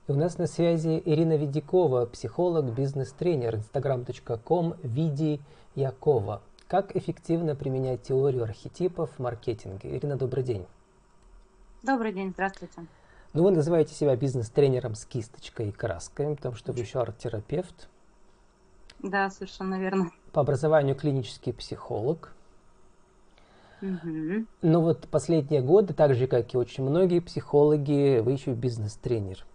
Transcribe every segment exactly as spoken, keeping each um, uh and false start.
И у нас на связи Ирина Ведякова, психолог, бизнес-тренер, инстаграм точка ком Видякова. Как эффективно применять теорию архетипов в маркетинге? Ирина, добрый день. Добрый день, здравствуйте. Ну, вы называете себя бизнес-тренером с кисточкой и краской, потому что вы еще арт-терапевт. Да, совершенно верно. По образованию клинический психолог. Угу. Но вот последние годы, так же, как и очень многие психологи, вы еще и бизнес-тренер.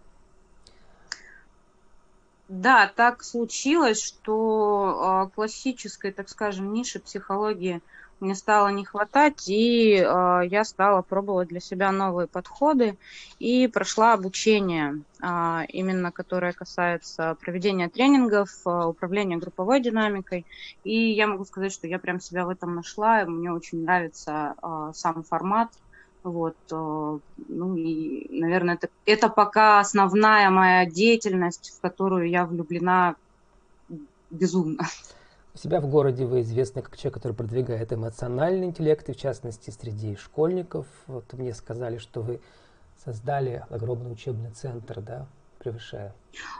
Да, так случилось, что э, классической, так скажем, ниши психологии мне стало не хватать, и э, я стала пробовать для себя новые подходы и прошла обучение, э, именно которое касается проведения тренингов, э, управления групповой динамикой. И я могу сказать, что я прям себя в этом нашла, и мне очень нравится э, сам формат. Вот, ну и, наверное, это, это пока основная моя деятельность, в которую я влюблена безумно. У себя в городе вы известны как человек, который продвигает эмоциональный интеллект, и в частности среди школьников. Вот мне сказали, что вы создали огромный учебный центр, да, превышая.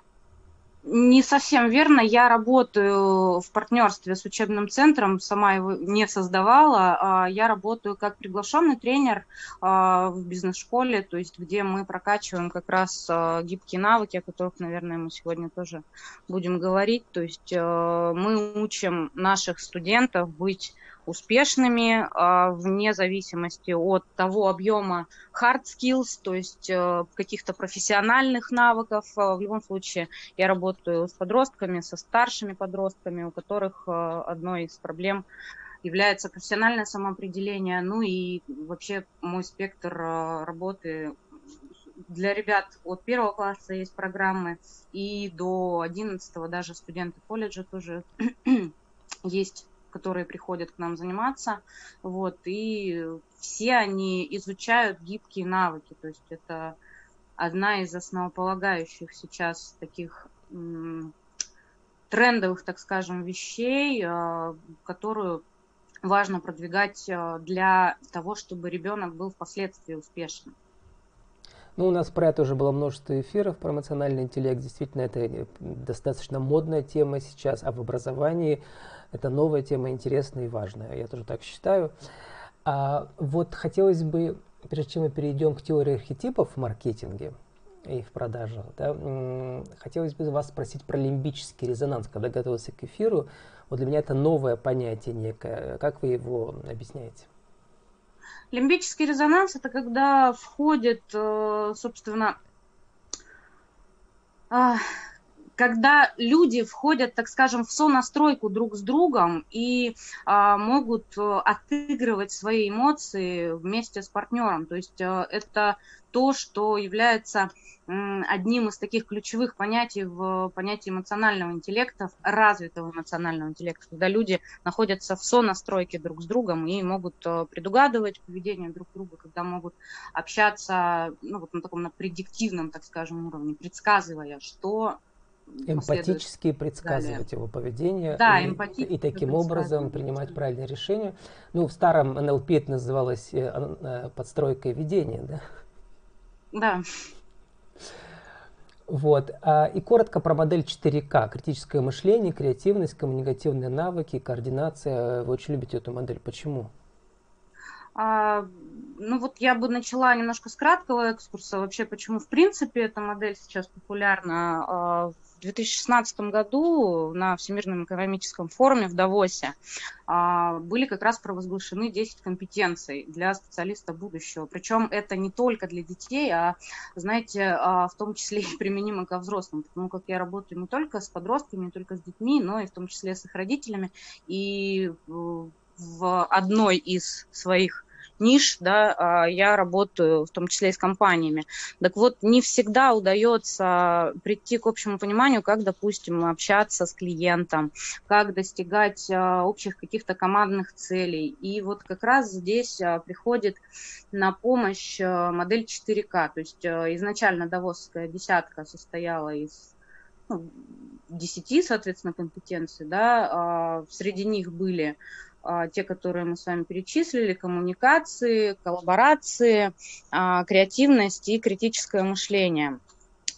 Не совсем верно. Я работаю в партнерстве с учебным центром, сама его не создавала. Я работаю как приглашенный тренер в бизнес-школе, то есть где мы прокачиваем как раз гибкие навыки, о которых, наверное, мы сегодня тоже будем говорить. То есть мы учим наших студентов быть успешными вне зависимости от того объема hard skills, то есть каких-то профессиональных навыков. В любом случае я работаю с подростками, со старшими подростками, у которых одной из проблем является профессиональное самоопределение. Ну и вообще мой спектр работы для ребят от первого класса есть программы, и до одиннадцатого даже студенты колледжа тоже есть, которые приходят к нам заниматься, вот, и все они изучают гибкие навыки, то есть это одна из основополагающих сейчас таких м, трендовых, так скажем, вещей, э, которую важно продвигать для того, чтобы ребенок был впоследствии успешным. Ну, у нас про это уже было множество эфиров, про эмоциональный интеллект. Действительно, это достаточно модная тема сейчас, а в образовании это новая тема, интересная и важная. Я тоже так считаю. А вот хотелось бы, прежде чем мы перейдем к теории архетипов в маркетинге и в продажах, да, хотелось бы вас спросить про лимбический резонанс. Когда готовился к эфиру, вот для меня это новое понятие некое. Как вы его объясняете? Лимбический резонанс – это когда входит, собственно, когда люди входят, так скажем, в сонастройку друг с другом и а, могут отыгрывать свои эмоции вместе с партнером. То есть а, это то, что является м, одним из таких ключевых понятий в понятии эмоционального интеллекта, развитого эмоционального интеллекта, когда люди находятся в сонастройке друг с другом и могут а, предугадывать поведение друг друга, когда могут общаться, ну, вот на таком на предиктивном, так скажем, уровне, предсказывая, что эмпатически предсказывать далее. его поведение, Да, и, и таким образом принимать правильные решения. Ну, в старом эн эл пи это называлось подстройкой видения, да? Да. Вот. И коротко про модель четыре ка. Критическое мышление, креативность, коммуникативные навыки, координация. Вы очень любите эту модель. Почему? А, ну вот я бы начала немножко с краткого экскурса. Вообще, почему в принципе эта модель сейчас популярна. В две тысячи шестнадцатом году на Всемирном экономическом форуме в Давосе были как раз провозглашены десять компетенций для специалиста будущего. Причем это не только для детей, а, знаете, в том числе и применимо ко взрослым. Потому как я работаю не только с подростками, не только с детьми, но и в том числе с их родителями. И в одной из своих ниш, да, я работаю в том числе и с компаниями. Так вот, не всегда удается прийти к общему пониманию, как, допустим, общаться с клиентом, как достигать общих каких-то командных целей. И вот как раз здесь приходит на помощь модель четыре ка. То есть изначально давосская десятка состояла из ну, десяти, соответственно, компетенций, да, среди них были те, которые мы с вами перечислили: коммуникации, коллаборации, креативность и критическое мышление.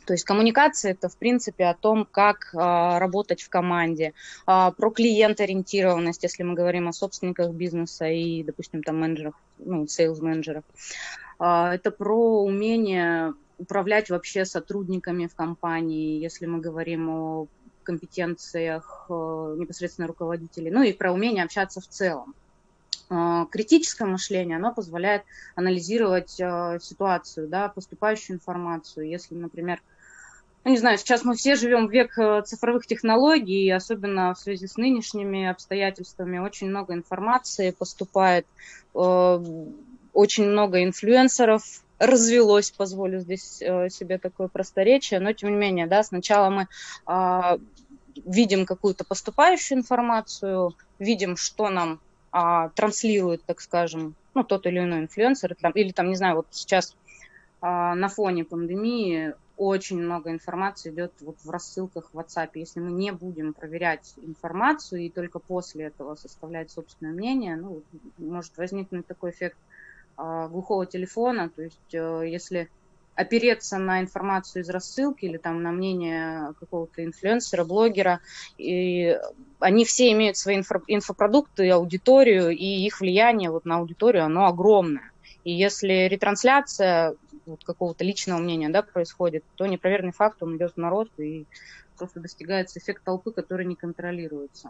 То есть коммуникация – это, в принципе, о том, как а, работать в команде, а, про клиент-ориентированность, если мы говорим о собственниках бизнеса и, допустим, там менеджерах, ну, сейлс-менеджерах. А, это про умение управлять вообще сотрудниками в компании, если мы говорим о компетенциях а, непосредственно руководителей, ну и про умение общаться в целом. Критическое мышление, оно позволяет анализировать э, ситуацию, да, поступающую информацию. Если, например, ну, не знаю, сейчас мы все живем в век цифровых технологий, и особенно в связи с нынешними обстоятельствами очень много информации поступает, э, очень много инфлюенсеров развелось, позволю здесь э, себе такое просторечие, но тем не менее, да, сначала мы э, видим какую-то поступающую информацию, видим, что нам а, транслирует, так скажем, ну, тот или иной инфлюенсер, там, или там, не знаю, вот сейчас а, на фоне пандемии очень много информации идет вот в рассылках в WhatsApp. Если мы не будем проверять информацию и только после этого составлять собственное мнение, ну, может возникнуть такой эффект а, глухого телефона, то есть а, если опереться на информацию из рассылки или там на мнение какого-то инфлюенсера, блогера, и они все имеют свои инфо инфопродукты, аудиторию, и их влияние вот на аудиторию, оно огромное. И если ретрансляция вот какого-то личного мнения, да, происходит, то непроверенный факт, он идет в народ, и просто достигается эффект толпы, который не контролируется.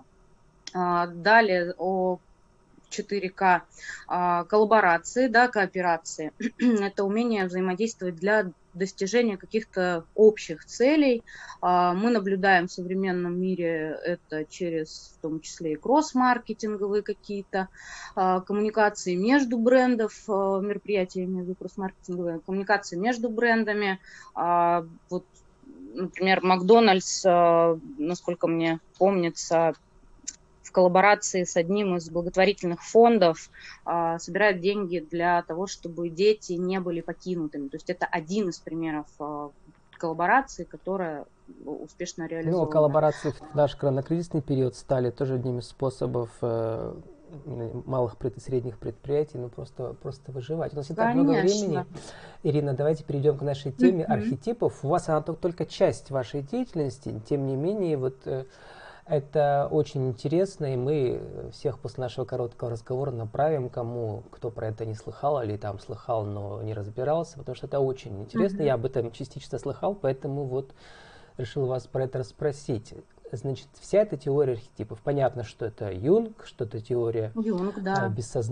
Далее о четыре ка коллаборации, да, кооперации. Это умение взаимодействовать для достижения каких-то общих целей. Мы наблюдаем в современном мире это через, в том числе, и кросс-маркетинговые какие-то коммуникации между брендов, мероприятия между кросс-маркетинговые, коммуникации между брендами. Вот, например, Макдональдс, насколько мне помнится, в коллаборации с одним из благотворительных фондов а, собирают деньги для того, чтобы дети не были покинутыми. То есть это один из примеров а, коллаборации, которая успешно реализована. Ну, коллаборации в наш коронакризисный период стали тоже одним из способов э, малых и средних предприятий, ну, просто, просто выживать. У нас не так много времени. Ирина, давайте перейдем к нашей теме mm-hmm. архетипов. У вас она только часть вашей деятельности, тем не менее, вот... Э, это очень интересно, и мы всех после нашего короткого разговора направим, кому, кто про это не слыхал или там слыхал, но не разбирался, потому что это очень интересно. Mm-hmm. Я об этом частично слыхал, поэтому вот решил вас про это расспросить. Значит, вся эта теория архетипов, понятно, что это Юнг, что это теория Юнг, да.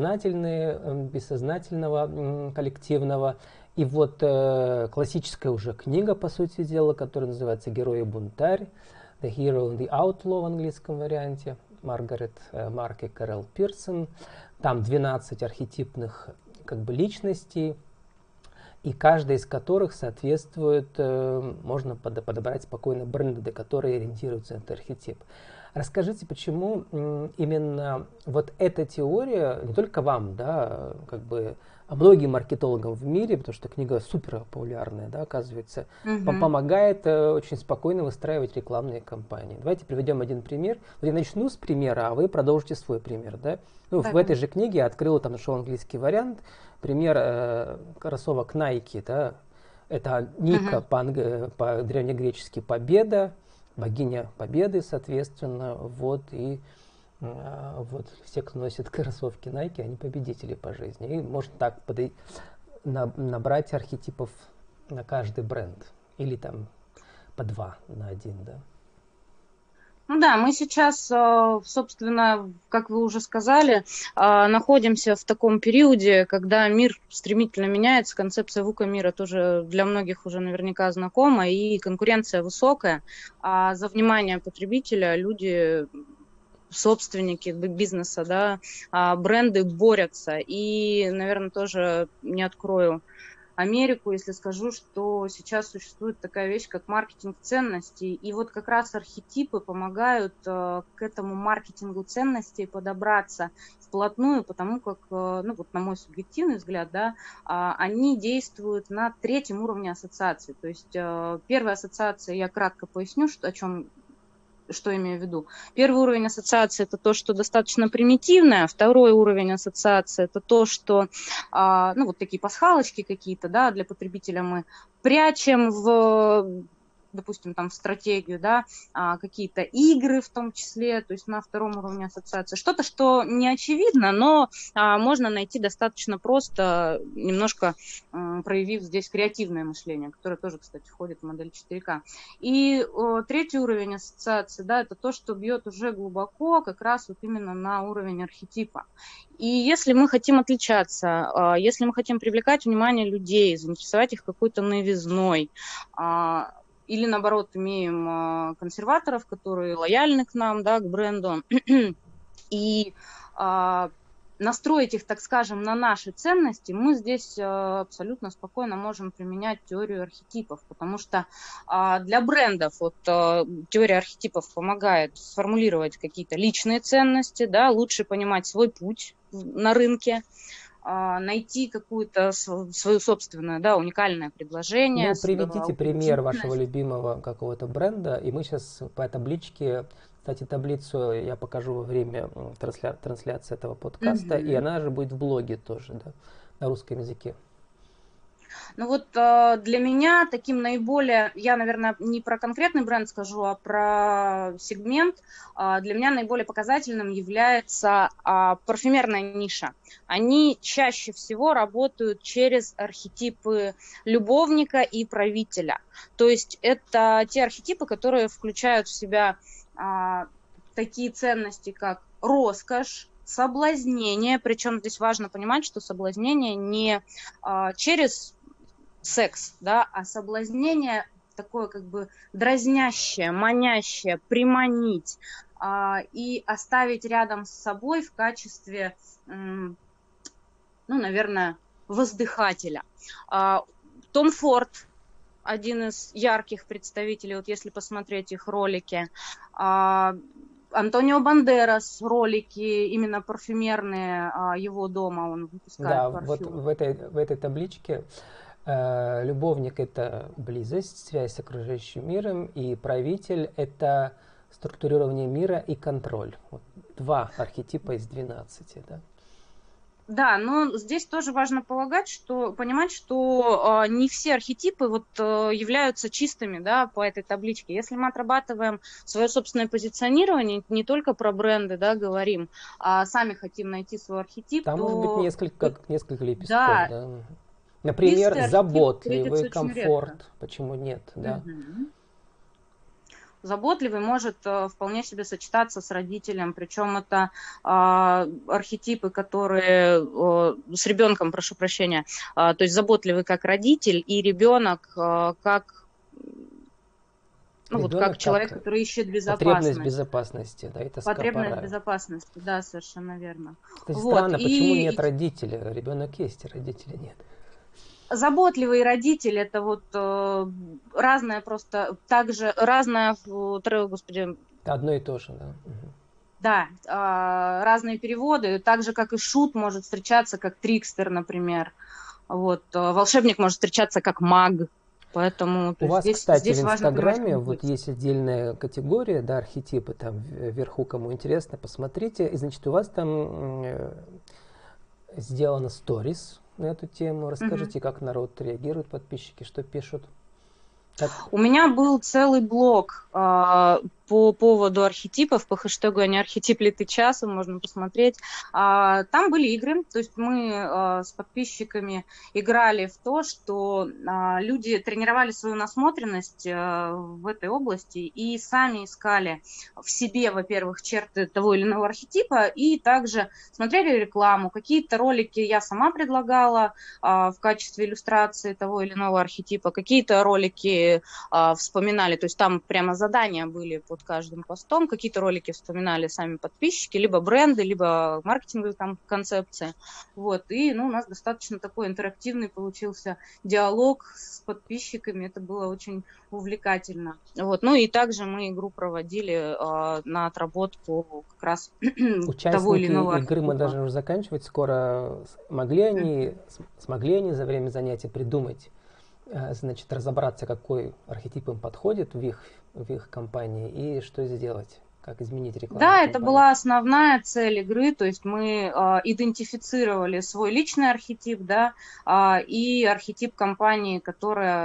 бессознательного коллективного. И вот э, классическая уже книга, по сути дела, которая называется «Герой и бунтарь», The Hero and the Outlaw в английском варианте, Маргарет э, Марк и Кэрол Пирсон. Там двенадцать архетипных как бы личностей, и каждая из которых соответствует, э, можно под, подобрать спокойно бренды, которые ориентируются на этот архетип. Расскажите, почему м, именно вот эта теория, не только вам, да, как бы, а многим маркетологам в мире, потому что книга супер популярная, да, оказывается, mm-hmm. помогает э, очень спокойно выстраивать рекламные кампании. Давайте приведем один пример. Вот я начну с примера, а вы продолжите свой пример, да? Ну, в этой же книге я открыл, там нашел английский вариант, пример э, кроссовок Nike, да? Это Ника mm-hmm. по, по древнегречески победа, богиня победы, соответственно, вот, и а, вот все, кто носит кроссовки Nike, они победители по жизни. И можно так подой... на... набрать архетипов на каждый бренд, или там по два на один, да. Ну да, мы сейчас, собственно, как вы уже сказали, находимся в таком периоде, когда мир стремительно меняется, концепция вука мира тоже для многих уже наверняка знакома, и конкуренция высокая, а за внимание потребителя люди, собственники бизнеса, да, бренды борются. И, наверное, тоже не открою Америку, если скажу, что сейчас существует такая вещь, как маркетинг ценностей. И вот как раз архетипы помогают э, к этому маркетингу ценностей подобраться вплотную, потому как, э, ну вот на мой субъективный взгляд, да, э, они действуют на третьем уровне ассоциации. То есть э, первая ассоциация, я кратко поясню, что, о чем... Что имею в виду? Первый уровень ассоциации – это то, что достаточно примитивное. Второй уровень ассоциации – это то, что, а, ну, вот такие пасхалочки какие-то, да, для потребителя мы прячем в допустим, там в стратегию, да, а, какие-то игры в том числе, то есть на втором уровне ассоциации. Что-то, что не очевидно, но а, можно найти достаточно просто, немножко а, проявив здесь креативное мышление, которое тоже, кстати, входит в модель четыре ка. И о, третий уровень ассоциации, да, это то, что бьет уже глубоко, как раз вот именно на уровень архетипа. И если мы хотим отличаться, если мы хотим привлекать внимание людей, заинтересовать их какой-то новизной, или наоборот имеем консерваторов, которые лояльны к нам, да, к бренду, и настроить их, так скажем, на наши ценности, мы здесь абсолютно спокойно можем применять теорию архетипов, потому что для брендов вот, теория архетипов помогает сформулировать какие-то личные ценности, да, лучше понимать свой путь на рынке, найти какую-то свою собственное, да, уникальное предложение. Ну, приведите пример вашего любимого какого-то бренда, и мы сейчас по табличке, кстати, таблицу я покажу во время трансля... трансляции этого подкаста, mm-hmm. и она же будет в блоге тоже, да, на русском языке. Ну вот для меня таким наиболее, я, наверное, не про конкретный бренд скажу, а про сегмент, для меня наиболее показательным является парфюмерная ниша. Они чаще всего работают через архетипы любовника и правителя. То есть это те архетипы, которые включают в себя такие ценности, как роскошь, соблазнение, причем здесь важно понимать, что соблазнение не через секс, да, а соблазнение такое как бы дразнящее, манящее, приманить а, и оставить рядом с собой в качестве, м, ну, наверное, воздыхателя. А, Том Форд, один из ярких представителей, вот если посмотреть их ролики, а, Антонио Бандерас, ролики именно парфюмерные а, его дома, он выпускает да, парфюм. Вот в этой, в этой табличке э, любовник – это близость, связь с окружающим миром, и правитель – это структурирование мира и контроль. Вот два архетипа из двенадцати, да. Да, но здесь тоже важно полагать, что, понимать, что э, не все архетипы вот, э, являются чистыми, да, по этой табличке. Если мы отрабатываем свое собственное позиционирование, не только про бренды, да, говорим, а сами хотим найти свой архетип, Там то... может быть несколько, как несколько лепестков, да. да. Например, заботливый, комфорт, редко. Почему нет, да. Угу. Заботливый может э, вполне себе сочетаться с родителем, причем это э, архетипы, которые э, с ребенком, прошу прощения, э, то есть заботливый как родитель и ребенок э, как, ну, вот как человек, как который ищет безопасность. Потребность безопасности, да, это Потребность в безопасности, да, совершенно верно. Кстати, вот. Странно, и... почему нет родителя, ребенок есть, а родителя нет. Заботливый родитель — это вот э, разное просто, также разное, господи... Одно и то же, да. Да, э, разные переводы, так же, как и шут может встречаться как трикстер, например. Вот, э, волшебник может встречаться как маг. Поэтому у вас, здесь, кстати, здесь в Инстаграме вот есть отдельная категория, да, архетипы, там вверху, кому интересно, посмотрите. И, значит, у вас там э, сделано сторис на эту тему. Расскажите, mm-hmm. как народ реагирует, подписчики, что пишут. Как... У меня был целый блог э, по поводу архетипов, по хэштегу «Не архетип ли ты часу», можно посмотреть. Э, там были игры, то есть мы э, с подписчиками играли в то, что э, люди тренировали свою насмотренность э, в этой области и сами искали в себе, во-первых, черты того или иного архетипа, и также смотрели рекламу. Какие-то ролики я сама предлагала э, в качестве иллюстрации того или иного архетипа, какие-то ролики э, вспоминали, то есть там прямо задания были под каждым постом, какие-то ролики вспоминали сами подписчики, либо бренды, либо маркетинговые там концепции. Вот. И ну, у нас достаточно такой интерактивный получился диалог с подписчиками, это было очень увлекательно. Вот. Ну и также мы игру проводили э, на отработку как раз того или иного Участники игры, мы должны уже заканчивать скоро. Могли они, смогли они за время занятия придумать, значит, разобраться, какой архетип им подходит в их, в их компании и что сделать, как изменить рекламу? Да, компании. Это была основная цель игры, то есть мы э, идентифицировали свой личный архетип, да, э, и архетип компании, которая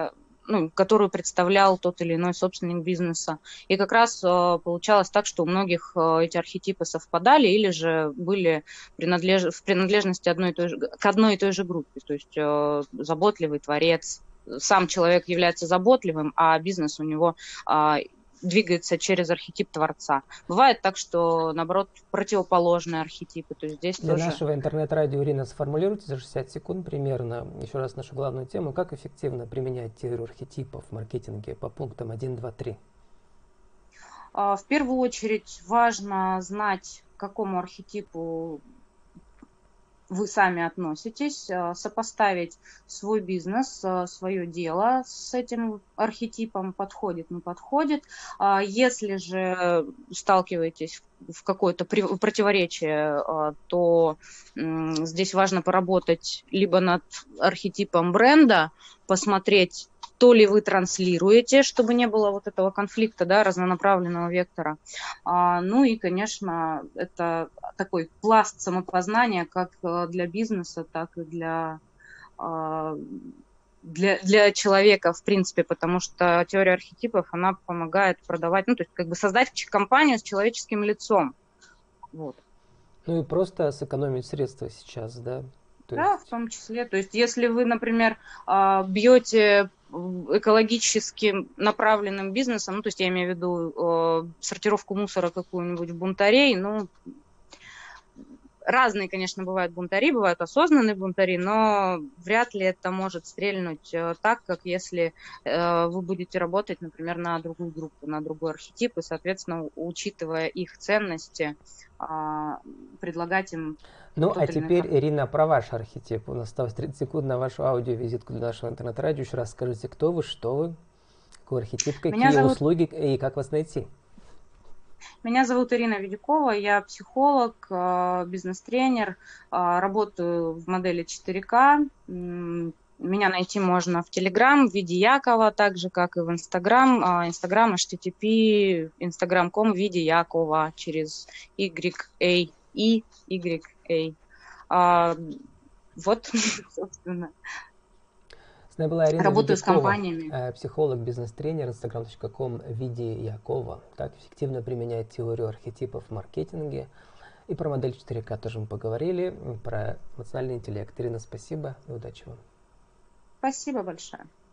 ну, которую представлял тот или иной собственник бизнеса. И как раз э, получалось так, что у многих э, эти архетипы совпадали или же были принадлеж... в принадлежности одной и той же... к одной и той же группе. То есть э, заботливый творец, сам человек является заботливым, а бизнес у него э, двигается через архетип творца. Бывает так, что, наоборот, противоположные архетипы. То есть здесь Для тоже... нашего интернет-радио, Ирина, сформулируйте за шестьдесят секунд примерно еще раз нашу главную тему. Как эффективно применять теорию архетипов в маркетинге по пунктам один, два, три? В первую очередь важно знать, к какому архетипу вы сами относитесь, сопоставить свой бизнес, свое дело с этим архетипом, подходит, не подходит. Если же сталкиваетесь в какое-то противоречие, то здесь важно поработать либо над архетипом бренда, посмотреть, то ли вы транслируете, чтобы не было вот этого конфликта, да, разнонаправленного вектора. А, ну и, конечно, это такой пласт самопознания как для бизнеса, так и для, для, для человека, в принципе, потому что теория архетипов, она помогает продавать, ну, то есть как бы создать компанию с человеческим лицом. Вот. Ну и просто сэкономить средства сейчас, да? То да, есть... в том числе. То есть если вы, например, бьете экологически направленным бизнесом, ну, то есть я имею в виду э, сортировку мусора какую-нибудь в бунтарей, ну, разные, конечно, бывают бунтари, бывают осознанные бунтари, но вряд ли это может стрельнуть э, так, как если э, вы будете работать, например, на другую группу, на другой архетип, и, соответственно, учитывая их ценности, э, предлагать им... Ну, а теперь, Ирина, про ваш архетип. У нас осталось тридцать секунд на вашу аудиовизитку для нашего интернет-радио. Еще раз скажите, кто вы, что вы, какой архетип, какие зовут... услуги и как вас найти? Меня зовут Ирина Ведюкова, я психолог, бизнес-тренер, работаю в модели четыре ка. Меня найти можно в Telegram в виде Якова, так же, как и в Instagram. Instagram, эйч ти ти пи, instagram точка ком в виде Якова через Y A I Y A. А, вот, собственно. С нами была Ирина Работаю Ведюкова, с компаниями. Психолог, бизнес-тренер, instagram точка ком в виде Якова. Как эффективно применять теорию архетипов в маркетинге. И про модель четыре ка тоже мы поговорили, про эмоциональный интеллект. Ирина, спасибо и удачи вам. Спасибо большое.